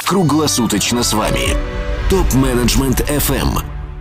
круглосуточно с вами. Топ-менеджмент FM.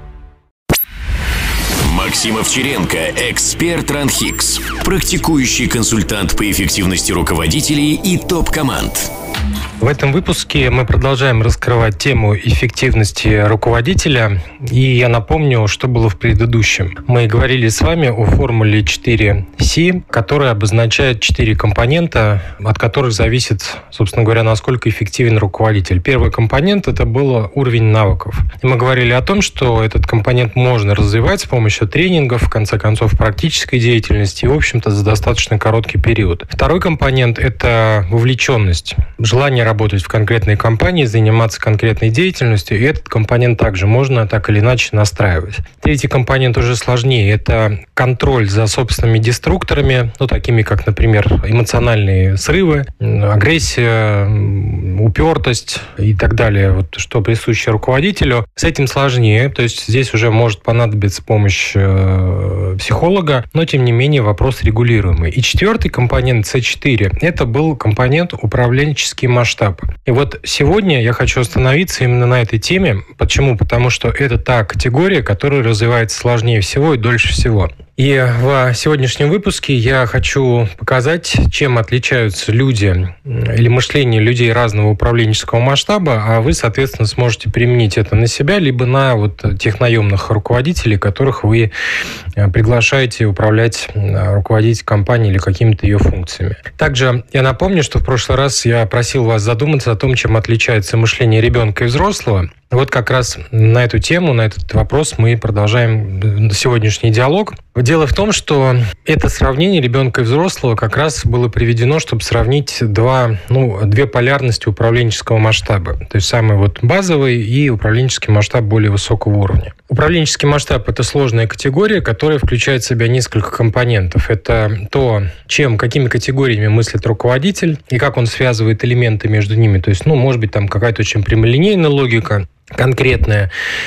Максим Овчаренко, эксперт RunHix, практикующий консультант по эффективности руководителей и топ-команд. В этом выпуске мы продолжаем раскрывать тему эффективности руководителя. И я напомню, что было в предыдущем. Мы говорили с вами о формуле 4C, которая обозначает 4 компонента, от которых зависит, собственно говоря, насколько эффективен руководитель. Первый компонент – это был уровень навыков. И мы говорили о том, что этот компонент можно развивать с помощью тренингов, в конце концов, практической деятельности и, в общем-то, за достаточно короткий период. Второй компонент – это вовлеченность. Желание работать в конкретной компании, заниматься конкретной деятельностью, и этот компонент также можно так или иначе настраивать. Третий компонент уже сложнее. Это контроль за собственными деструкторами, такими как, например, эмоциональные срывы, агрессия, упертость и так далее, что присуще руководителю. С этим сложнее, то есть здесь уже может понадобиться помощь психолога, но, тем не менее, вопрос регулируемый. И четвертый компонент, C4, это был компонент управленческий масштаб. И сегодня я хочу остановиться именно на этой теме. Почему? Потому что это та категория, которая развивается сложнее всего и дольше всего. И в сегодняшнем выпуске я хочу показать, чем отличаются люди или мышление людей разного управленческого масштаба, а вы, соответственно, сможете применить это на себя, либо на тех наемных руководителей, которых вы приглашаете руководить компанией или какими-то ее функциями. Также я напомню, что в прошлый раз я просил вас задуматься о том, чем отличается мышление ребенка и взрослого. Как раз на эту тему, на этот вопрос мы продолжаем сегодняшний диалог. Дело в том, что это сравнение ребенка и взрослого как раз было приведено, чтобы сравнить две полярности управленческого масштаба. То есть самый базовый и управленческий масштаб более высокого уровня. Управленческий масштаб – это сложная категория, которая включает в себя несколько компонентов. Это то, какими категориями мыслит руководитель и как он связывает элементы между ними. То есть, может быть, там какая-то очень прямолинейная логика, конкретная,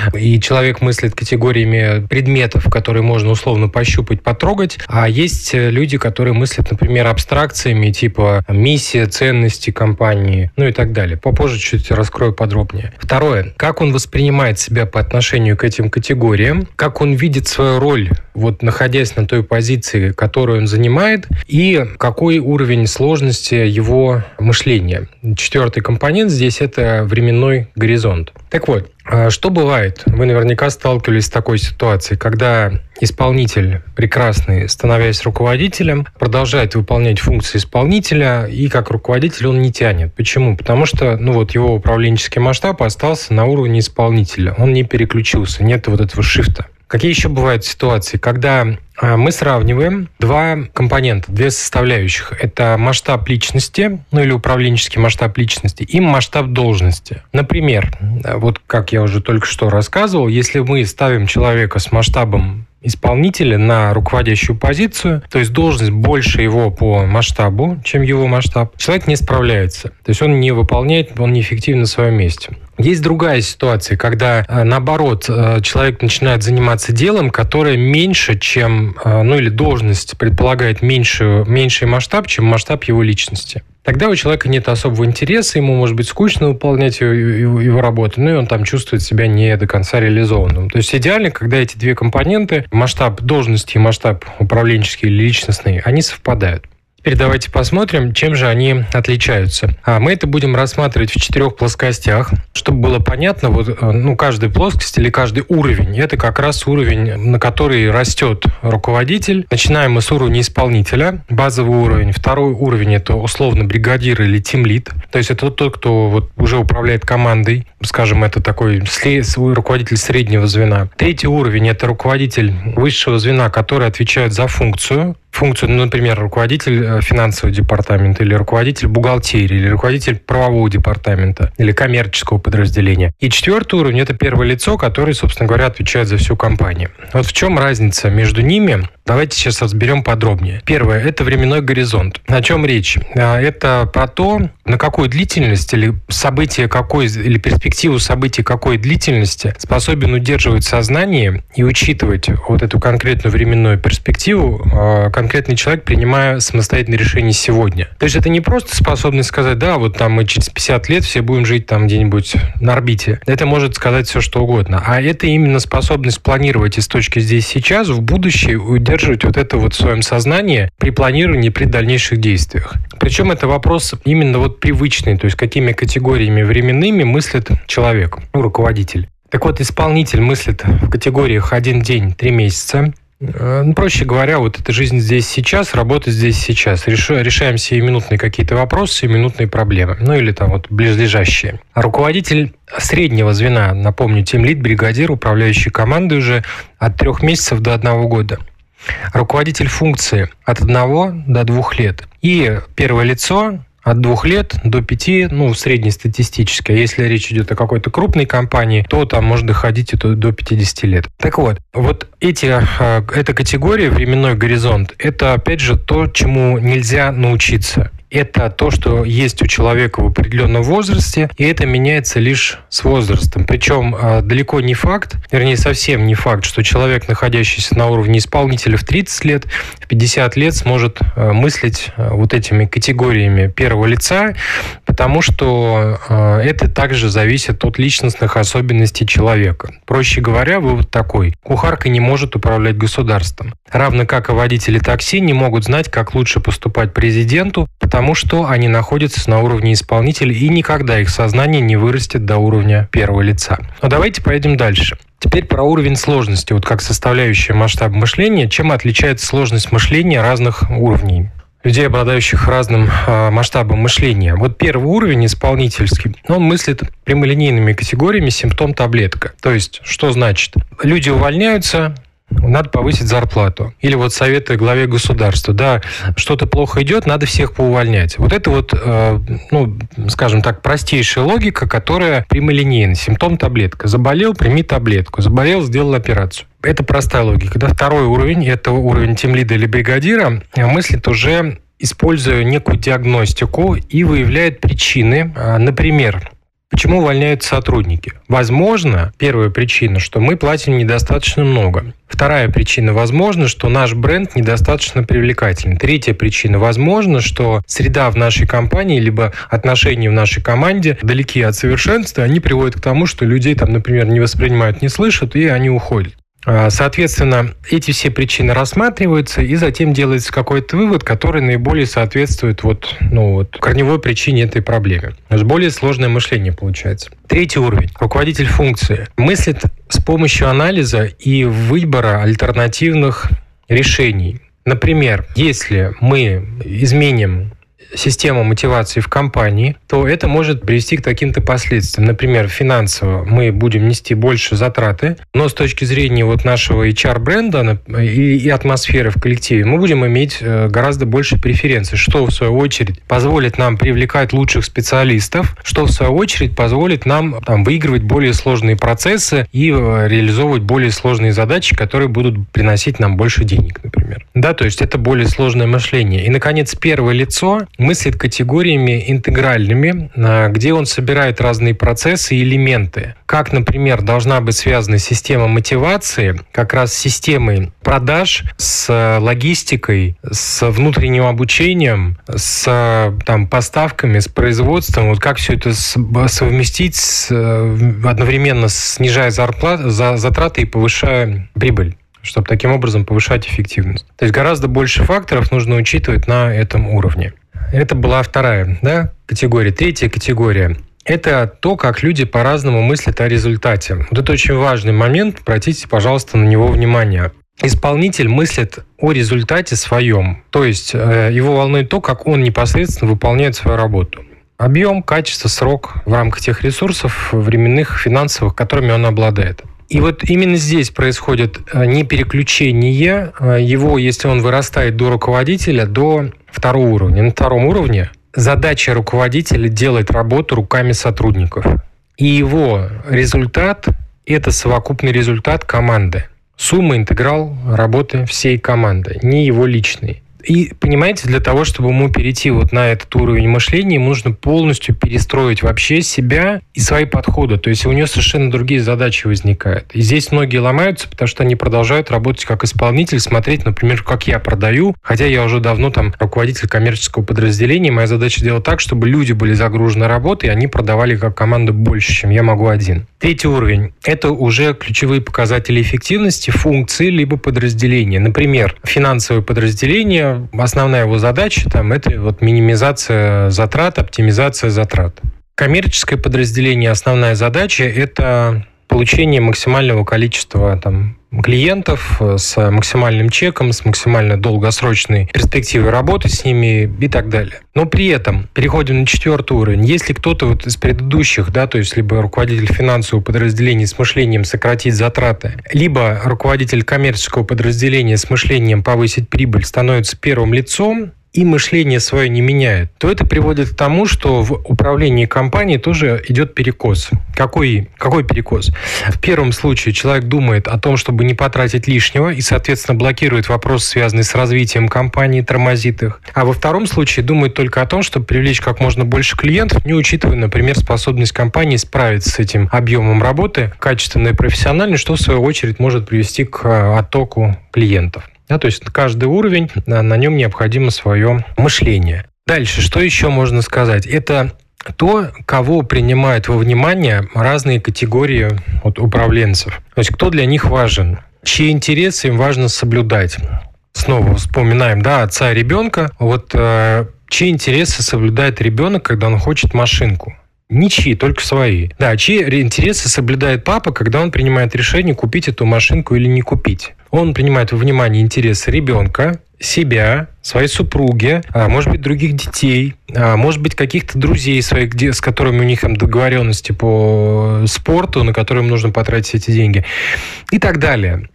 и человек мыслит категориями предметов, которые можно условно пощупать, потрогать, а есть люди, которые мыслят, например, абстракциями типа миссия, ценности компании, и так далее. Попозже чуть раскрою подробнее. Второе. Как он воспринимает себя по отношению к этим категориям, как он видит свою роль, находясь на той позиции, которую он занимает, и какой уровень сложности его мышления. Четвертый компонент здесь – это временной горизонт. Так вот, что бывает? Вы наверняка сталкивались с такой ситуацией, когда исполнитель прекрасный, становясь руководителем, продолжает выполнять функции исполнителя, и как руководитель он не тянет. Почему? Потому что его управленческий масштаб остался на уровне исполнителя. Он не переключился, нет этого шифта. Какие еще бывают ситуации, когда мы сравниваем два компонента, две составляющих. Это масштаб личности, или управленческий масштаб личности, и масштаб должности. Например, как я уже только что рассказывал, если мы ставим человека с масштабом исполнителя на руководящую позицию, то есть должность больше его по масштабу, чем его масштаб, человек не справляется. То есть он не выполняет, он неэффективен на своем месте. Есть другая ситуация, когда, наоборот, человек начинает заниматься делом, которое меньше, чем, или должность предполагает меньший масштаб, чем масштаб его личности. Тогда у человека нет особого интереса, ему может быть скучно выполнять его работу, и он там чувствует себя не до конца реализованным. То есть идеально, когда эти две компоненты, масштаб должности и масштаб управленческий или личностный, они совпадают. Теперь давайте посмотрим, чем же они отличаются. Мы это будем рассматривать в 4 плоскостях. Чтобы было понятно, каждая плоскость или каждый уровень – это как раз уровень, на который растет руководитель. Начинаем мы с уровня исполнителя, базовый уровень. Второй уровень – это условно бригадир или тимлид. То есть это тот, кто уже управляет командой. Скажем, это такой руководитель среднего звена. Третий уровень – это руководитель высшего звена, который отвечает за функцию, например, руководитель финансового департамента или руководитель бухгалтерии, или руководитель правового департамента или коммерческого подразделения. И 4-й уровень – это первое лицо, которое, собственно говоря, отвечает за всю компанию. В чем разница между ними? Давайте сейчас разберем подробнее. Первое – это временной горизонт. О чем речь? Это про то, на какую длительность или событие какой, или перспективу событий какой длительности способен удерживать сознание и учитывать эту конкретную временную перспективу конкретный человек, принимая самостоятельное решение сегодня. То есть это не просто способность сказать, да, вот там мы через 50 лет все будем жить там где-нибудь на орбите. Это может сказать все, что угодно. А это именно способность планировать из точки здесь сейчас в будущее, удерживать вот это вот в своем сознании при планировании, при дальнейших действиях. Причем это вопрос именно вот привычный, то есть какими категориями временными мыслит человек, руководитель. Так вот, исполнитель мыслит в категориях 1 день, 3 месяца. Проще говоря, вот эта жизнь здесь сейчас, работа здесь сейчас. Решаем сиюминутные какие-то вопросы, сиюминутные проблемы. Ну или там вот близлежащие. А руководитель среднего звена, напомню, тимлид, бригадир, управляющий командой уже от 3 месяцев до 1 года. Руководитель функции от 1 до 2 лет. И первое лицо от 2 лет до 5, среднестатистически. А если речь идет о какой-то крупной компании, то там может доходить и до 50 лет. Так вот эта категория, временной горизонт, это, опять же, то, чему нельзя научиться. Это то, что есть у человека в определенном возрасте, и это меняется лишь с возрастом. Причем далеко не факт, вернее, совсем не факт, что человек, находящийся на уровне исполнителя в 30 лет, в 50 лет сможет мыслить вот этими категориями первого лица, потому что это также зависит от личностных особенностей человека. Проще говоря, вывод такой. Кухарка не может управлять государством. Равно как и водители такси не могут знать, как лучше поступать президенту, потому что они находятся на уровне исполнителя, и никогда их сознание не вырастет до уровня первого лица. Но давайте поедем дальше. Теперь про уровень сложности, вот как составляющая масштаба мышления. Чем отличается сложность мышления разных уровней? Людей, обладающих разным масштабом мышления. Вот первый уровень, исполнительский, он мыслит прямолинейными категориями симптом-таблетка. То есть, что значит? Люди увольняются, надо повысить зарплату. Или вот советы главе государства. Да, что-то плохо идет, надо всех поувольнять. Вот это вот, скажем так, простейшая логика, которая прямолинейна. Симптом-таблетка. Заболел, прими таблетку. Заболел, сделал операцию. Это простая логика. Да? Второй уровень, это уровень тимлида или бригадира, мыслит уже, используя некую диагностику и выявляет причины. Например, почему увольняются сотрудники? Возможно, первая причина, что мы платим недостаточно много. Вторая причина, возможно, что наш бренд недостаточно привлекательный. Третья причина, возможно, что среда в нашей компании, либо отношения в нашей команде далеки от совершенства, они приводят к тому, что людей там, например, не воспринимают, не слышат, и они уходят. Соответственно, эти все причины рассматриваются, и затем делается какой-то вывод, который наиболее соответствует корневой причине этой проблемы. То есть более сложное мышление получается. Третий уровень. Руководитель функции мыслит с помощью анализа и выбора альтернативных решений. Например, если мы изменим систему мотивации в компании, то это может привести к таким-то последствиям. Например, финансово мы будем нести больше затраты, но с точки зрения нашего HR-бренда и атмосферы в коллективе мы будем иметь гораздо больше преференций, что в свою очередь позволит нам привлекать лучших специалистов, что в свою очередь позволит нам выигрывать более сложные процессы и реализовывать более сложные задачи, которые будут приносить нам больше денег, например. Да, то есть это более сложное мышление. И, наконец, первое лицо мыслит категориями интегральными, где он собирает разные процессы и элементы. Как, например, должна быть связана система мотивации как раз с системой продаж, с логистикой, с внутренним обучением, с поставками, с производством. Вот как все это совместить одновременно снижая затраты и повышая прибыль, чтобы таким образом повышать эффективность. То есть гораздо больше факторов нужно учитывать на этом уровне. Это была вторая категория. Третья категория – это то, как люди по-разному мыслят о результате. Вот это очень важный момент, обратите, пожалуйста, на него внимание. Исполнитель мыслит о результате своем, то есть его волнует то, как он непосредственно выполняет свою работу. Объем, качество, срок в рамках тех ресурсов временных, финансовых, которыми он обладает. И вот именно здесь происходит не переключение его, если он вырастает до руководителя, до второго уровня. На втором уровне задача руководителя делать работу руками сотрудников. И его результат – это совокупный результат команды. Сумма, интеграл работы всей команды, не его личный. И, понимаете, для того, чтобы ему перейти вот на этот уровень мышления, ему нужно полностью перестроить вообще себя и свои подходы. То есть у него совершенно другие задачи возникают. И здесь многие ломаются, потому что они продолжают работать как исполнитель, смотреть, например, как я продаю, хотя я уже давно там руководитель коммерческого подразделения. Моя задача делать так, чтобы люди были загружены работой, и они продавали как команда больше, чем я могу один. Третий уровень – это уже ключевые показатели эффективности функции либо подразделения. Например, финансовое подразделение, основная его задача там, это вот минимизация затрат, оптимизация затрат. Коммерческое подразделение, основная задача – это получение максимального количества клиентов с максимальным чеком, с максимально долгосрочной перспективой работы с ними и так далее. Но при этом переходим на 4-й уровень. Если кто-то вот из предыдущих, то есть либо руководитель финансового подразделения с мышлением сократить затраты, либо руководитель коммерческого подразделения с мышлением повысить прибыль становится первым лицом, и мышление свое не меняет, то это приводит к тому, что в управлении компанией тоже идет перекос. Какой перекос? В первом случае человек думает о том, чтобы не потратить лишнего, и, соответственно, блокирует вопросы, связанные с развитием компании, тормозит их. А во втором случае думает только о том, чтобы привлечь как можно больше клиентов, не учитывая, например, способность компании справиться с этим объемом работы, качественно и профессионально, что, в свою очередь, может привести к оттоку клиентов. То есть каждый уровень, на нем необходимо свое мышление. Дальше, что еще можно сказать? Это то, кого принимают во внимание разные категории управленцев. То есть кто для них важен, чьи интересы им важно соблюдать. Снова вспоминаем отца и ребенка. Чьи интересы соблюдает ребенок, когда он хочет машинку? Ничьи, только свои. Чьи интересы соблюдает папа, когда он принимает решение, купить эту машинку или не купить? Он принимает во внимание интересы ребенка, себя, своей супруги, может быть, других детей, может быть, каких-то друзей своих, с которыми у них там договоренности по спорту, на которые им нужно потратить эти деньги, и так далее.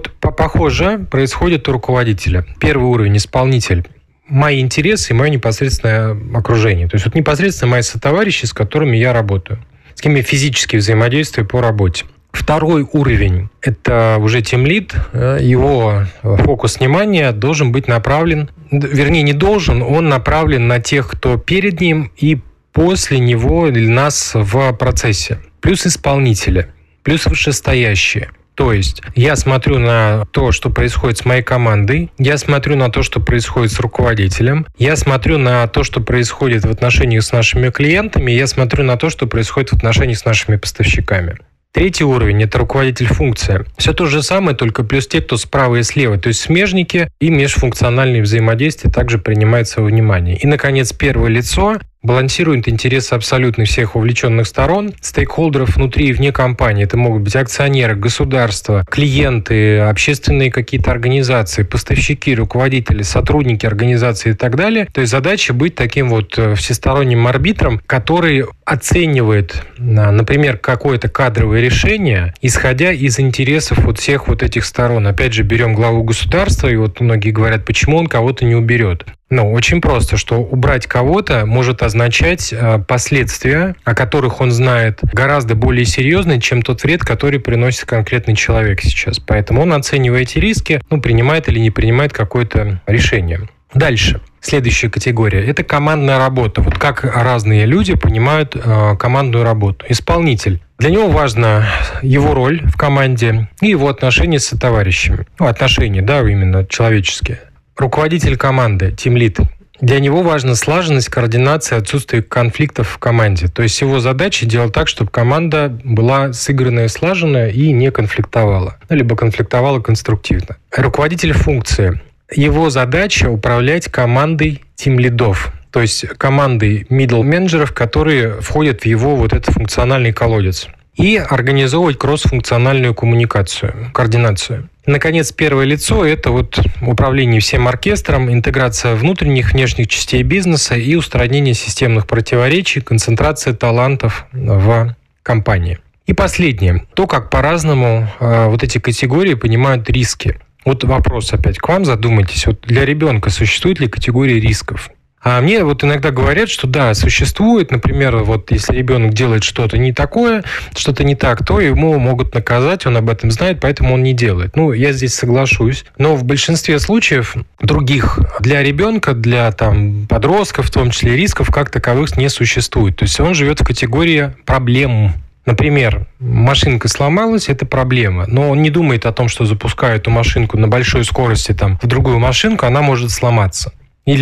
Похоже происходит у руководителя. Первый уровень – исполнитель. Мои интересы и мое непосредственное окружение. То есть непосредственно мои сотоварищи, с которыми я работаю, с кем я физически взаимодействую по работе. Второй уровень – это уже тимлид. Его фокус внимания должен быть направлен, вернее, не должен, он направлен на тех, кто перед ним и после него или нас в процессе. Плюс исполнители, плюс вышестоящие. То есть я смотрю на то, что происходит с моей командой, я смотрю на то, что происходит с руководителем, я смотрю на то, что происходит в отношениях с нашими клиентами, я смотрю на то, что происходит в отношениях с нашими поставщиками. Третий уровень – это руководитель-функция. Все то же самое, только плюс те, кто справа и слева. То есть смежники и межфункциональные взаимодействия также принимаются во внимание. И, наконец, первое лицо балансирует интересы абсолютно всех вовлеченных сторон, стейкхолдеров внутри и вне компании. Это могут быть акционеры, государства, клиенты, общественные какие-то организации, поставщики, руководители, сотрудники организации и так далее. То есть задача быть таким всесторонним арбитром, который оценивает, например, какое-то кадровое решение, исходя из интересов всех этих сторон. Опять же, берем главу государства, и многие говорят, почему он кого-то не уберет. Очень просто, что убрать кого-то может означать последствия, о которых он знает, гораздо более серьезные, чем тот вред, который приносит конкретный человек сейчас. Поэтому он, оценивая эти риски, принимает или не принимает какое-то решение. Дальше. Следующая категория – это командная работа. Как разные люди понимают командную работу. Исполнитель. Для него важна его роль в команде и его отношения с сотоварищами. Отношения, именно человеческие. Руководитель команды, тимлид. Для него важна слаженность, координация, отсутствие конфликтов в команде. То есть его задача делать так, чтобы команда была сыгранная, слаженная и не конфликтовала. Либо конфликтовала конструктивно. Руководитель функции. Его задача управлять командой тимлидов. То есть командой middle менеджеров, которые входят в его этот функциональный колодец. И организовывать кросс-функциональную коммуникацию, координацию. Наконец, первое лицо – это управление всем оркестром, интеграция внутренних, внешних частей бизнеса и устранение системных противоречий, концентрация талантов в компании. И последнее – то, как по-разному эти категории понимают риски. Вопрос опять к вам, задумайтесь. Для ребенка существует ли категория рисков? А мне вот иногда говорят, что да, существует, например, вот если ребенок делает что-то не такое, что-то не так, то ему могут наказать, он об этом знает, поэтому он не делает. Ну, я здесь соглашусь. Но в большинстве случаев других для ребенка, для там подростков, в том числе рисков, как таковых не существует. То есть он живет в категории проблем. Например, машинка сломалась, это проблема. Но он не думает о том, что запуская эту машинку на большой скорости там, в другую машинку, она может сломаться.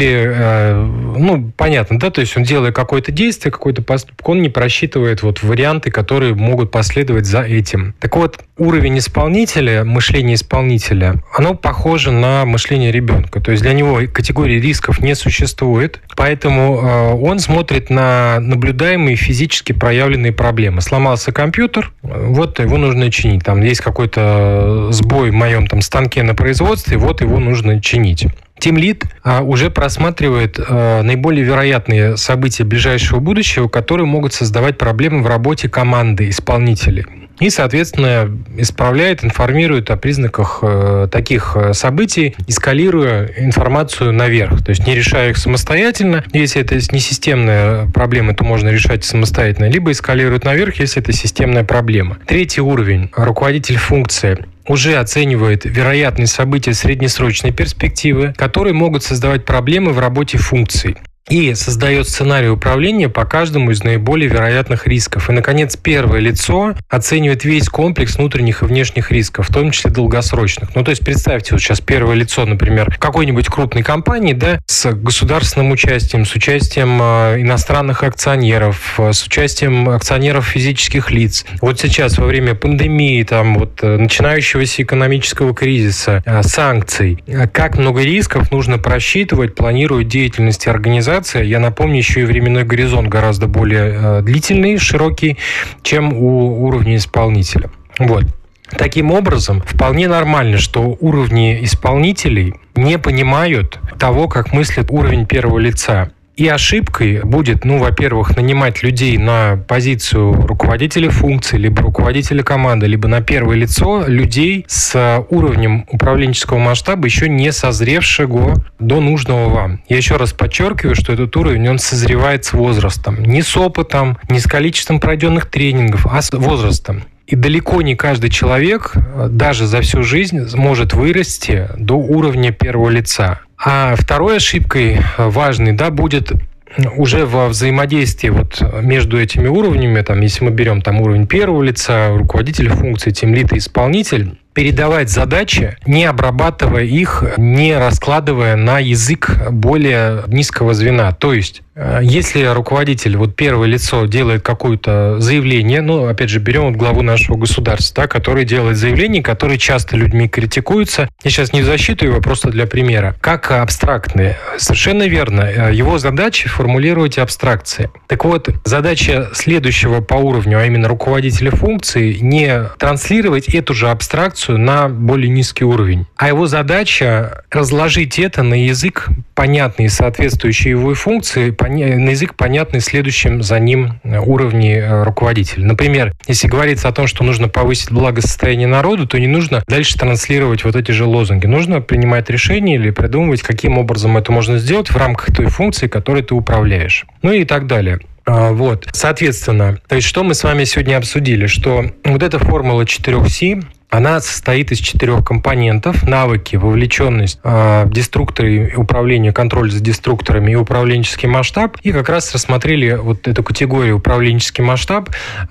Или, понятно, да, то есть он, делая какое-то действие, какой-то поступок, он не просчитывает вот варианты, которые могут последовать за этим. Так вот, уровень исполнителя, мышление исполнителя, оно похоже на мышление ребенка. То есть для него категории рисков не существует, поэтому он смотрит на наблюдаемые физически проявленные проблемы. Сломался компьютер, вот его нужно чинить. Там есть какой-то сбой в моем там станке на производстве, вот его нужно чинить. Тимлид уже просматривает наиболее вероятные события ближайшего будущего, которые могут создавать проблемы в работе команды исполнителей. И, соответственно, исправляет, информирует о признаках таких событий, эскалируя информацию наверх. То есть не решая их самостоятельно. Если это не системная проблема, то можно решать самостоятельно. Либо эскалирует наверх, если это системная проблема. Третий уровень. Руководитель функции уже оценивает вероятные события среднесрочной перспективы, которые могут создавать проблемы в работе функций. И создает сценарий управления по каждому из наиболее вероятных рисков. И, наконец, первое лицо оценивает весь комплекс внутренних и внешних рисков, в том числе долгосрочных. Ну, то есть, представьте, вот сейчас первое лицо, например, какой-нибудь крупной компании, да, с государственным участием, с участием иностранных акционеров, с участием акционеров физических лиц. Вот сейчас, во время пандемии, там, вот, начинающегося экономического кризиса, санкций, как много рисков нужно просчитывать, планируя деятельность организации. Я напомню, еще и временной горизонт гораздо более длительный, широкий, чем у уровня исполнителя. Вот. Таким образом, вполне нормально, что уровни исполнителей не понимают того, как мыслит уровень первого лица. И ошибкой будет, во-первых, нанимать людей на позицию руководителя функции, либо руководителя команды, либо на первое лицо людей с уровнем управленческого масштаба, еще не созревшего до нужного вам. Я еще раз подчеркиваю, что этот уровень, он созревает с возрастом. Не с опытом, не с количеством пройденных тренингов, а с возрастом. И далеко не каждый человек, даже за всю жизнь, может вырасти до уровня первого лица. А второй ошибкой важной, будет уже во взаимодействии вот между этими уровнями, там, если мы берем там уровень первого лица, руководитель функции, тимлид и исполнитель, передавать задачи, не обрабатывая их, не раскладывая на язык более низкого звена. То есть, если руководитель, первое лицо, делает какое-то заявление, опять же, берем главу нашего государства, который делает заявления, которые часто людьми критикуются. Я сейчас не в защиту его, просто для примера. Как абстрактные. Совершенно верно. Его задача формулировать абстракции. Так вот, задача следующего по уровню, а именно руководителя функции, не транслировать эту же абстракцию на более низкий уровень. А его задача разложить это на язык, понятный, соответствующий его функции, на язык, понятный следующим за ним уровне руководителя. Например, если говорится о том, что нужно повысить благосостояние народа, то не нужно дальше транслировать вот эти же лозунги. Нужно принимать решения или придумывать, каким образом это можно сделать в рамках той функции, которой ты управляешь. И так далее. Вот. Соответственно, то есть что мы с вами сегодня обсудили? Что вот эта формула 4C, она состоит из 4 компонентов: навыки, вовлеченность, деструкторы, управление, контроль за деструкторами и управленческий масштаб. И как раз рассмотрели вот эту категорию управленческий масштаб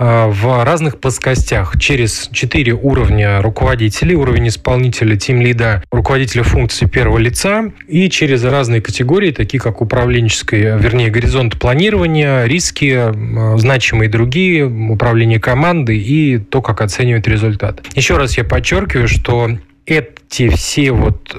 в разных плоскостях через 4 уровня руководителей: уровень исполнителя, тимлида, руководителя функции первого лица, и через разные категории, такие как горизонт планирования, риски, значимые другие, управление командой и то, как оценивать результат. Еще раз я подчеркиваю, что эти все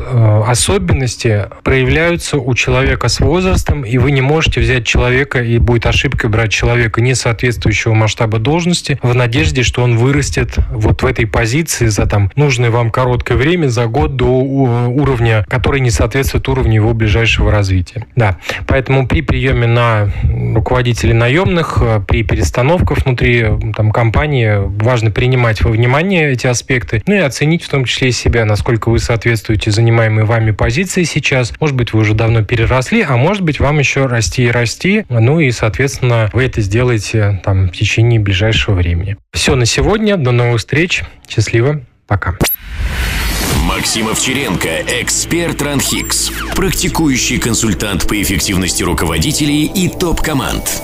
особенности проявляются у человека с возрастом, и вы не можете взять человека, и будет ошибкой брать человека не соответствующего масштаба должности в надежде, что он вырастет в этой позиции за нужное вам короткое время, за год до уровня, который не соответствует уровню его ближайшего развития. Да. Поэтому при приеме на руководителей наемных, при перестановках внутри компании важно принимать во внимание эти аспекты, и оценить в том числе и себя, насколько насколько вы соответствуете занимаемой вами позиции сейчас. Может быть, вы уже давно переросли, а может быть, вам еще расти и расти. Ну и, соответственно, вы это сделаете в течение ближайшего времени. Все на сегодня. До новых встреч. Счастливо. Пока. Максим Овчаренко, эксперт RunHix, практикующий консультант по эффективности руководителей и топ-команд.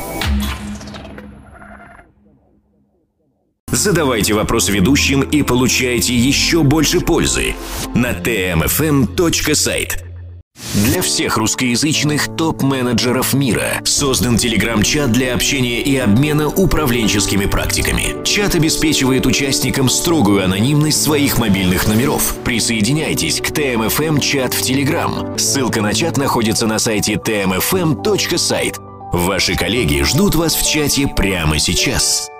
Задавайте вопросы ведущим и получайте еще больше пользы на tmfm.site. Для всех русскоязычных топ-менеджеров мира создан телеграм-чат для общения и обмена управленческими практиками. Чат обеспечивает участникам строгую анонимность своих мобильных номеров. Присоединяйтесь к TMFM-чат в Телеграм. Ссылка на чат находится на сайте tmfm.site. Ваши коллеги ждут вас в чате прямо сейчас.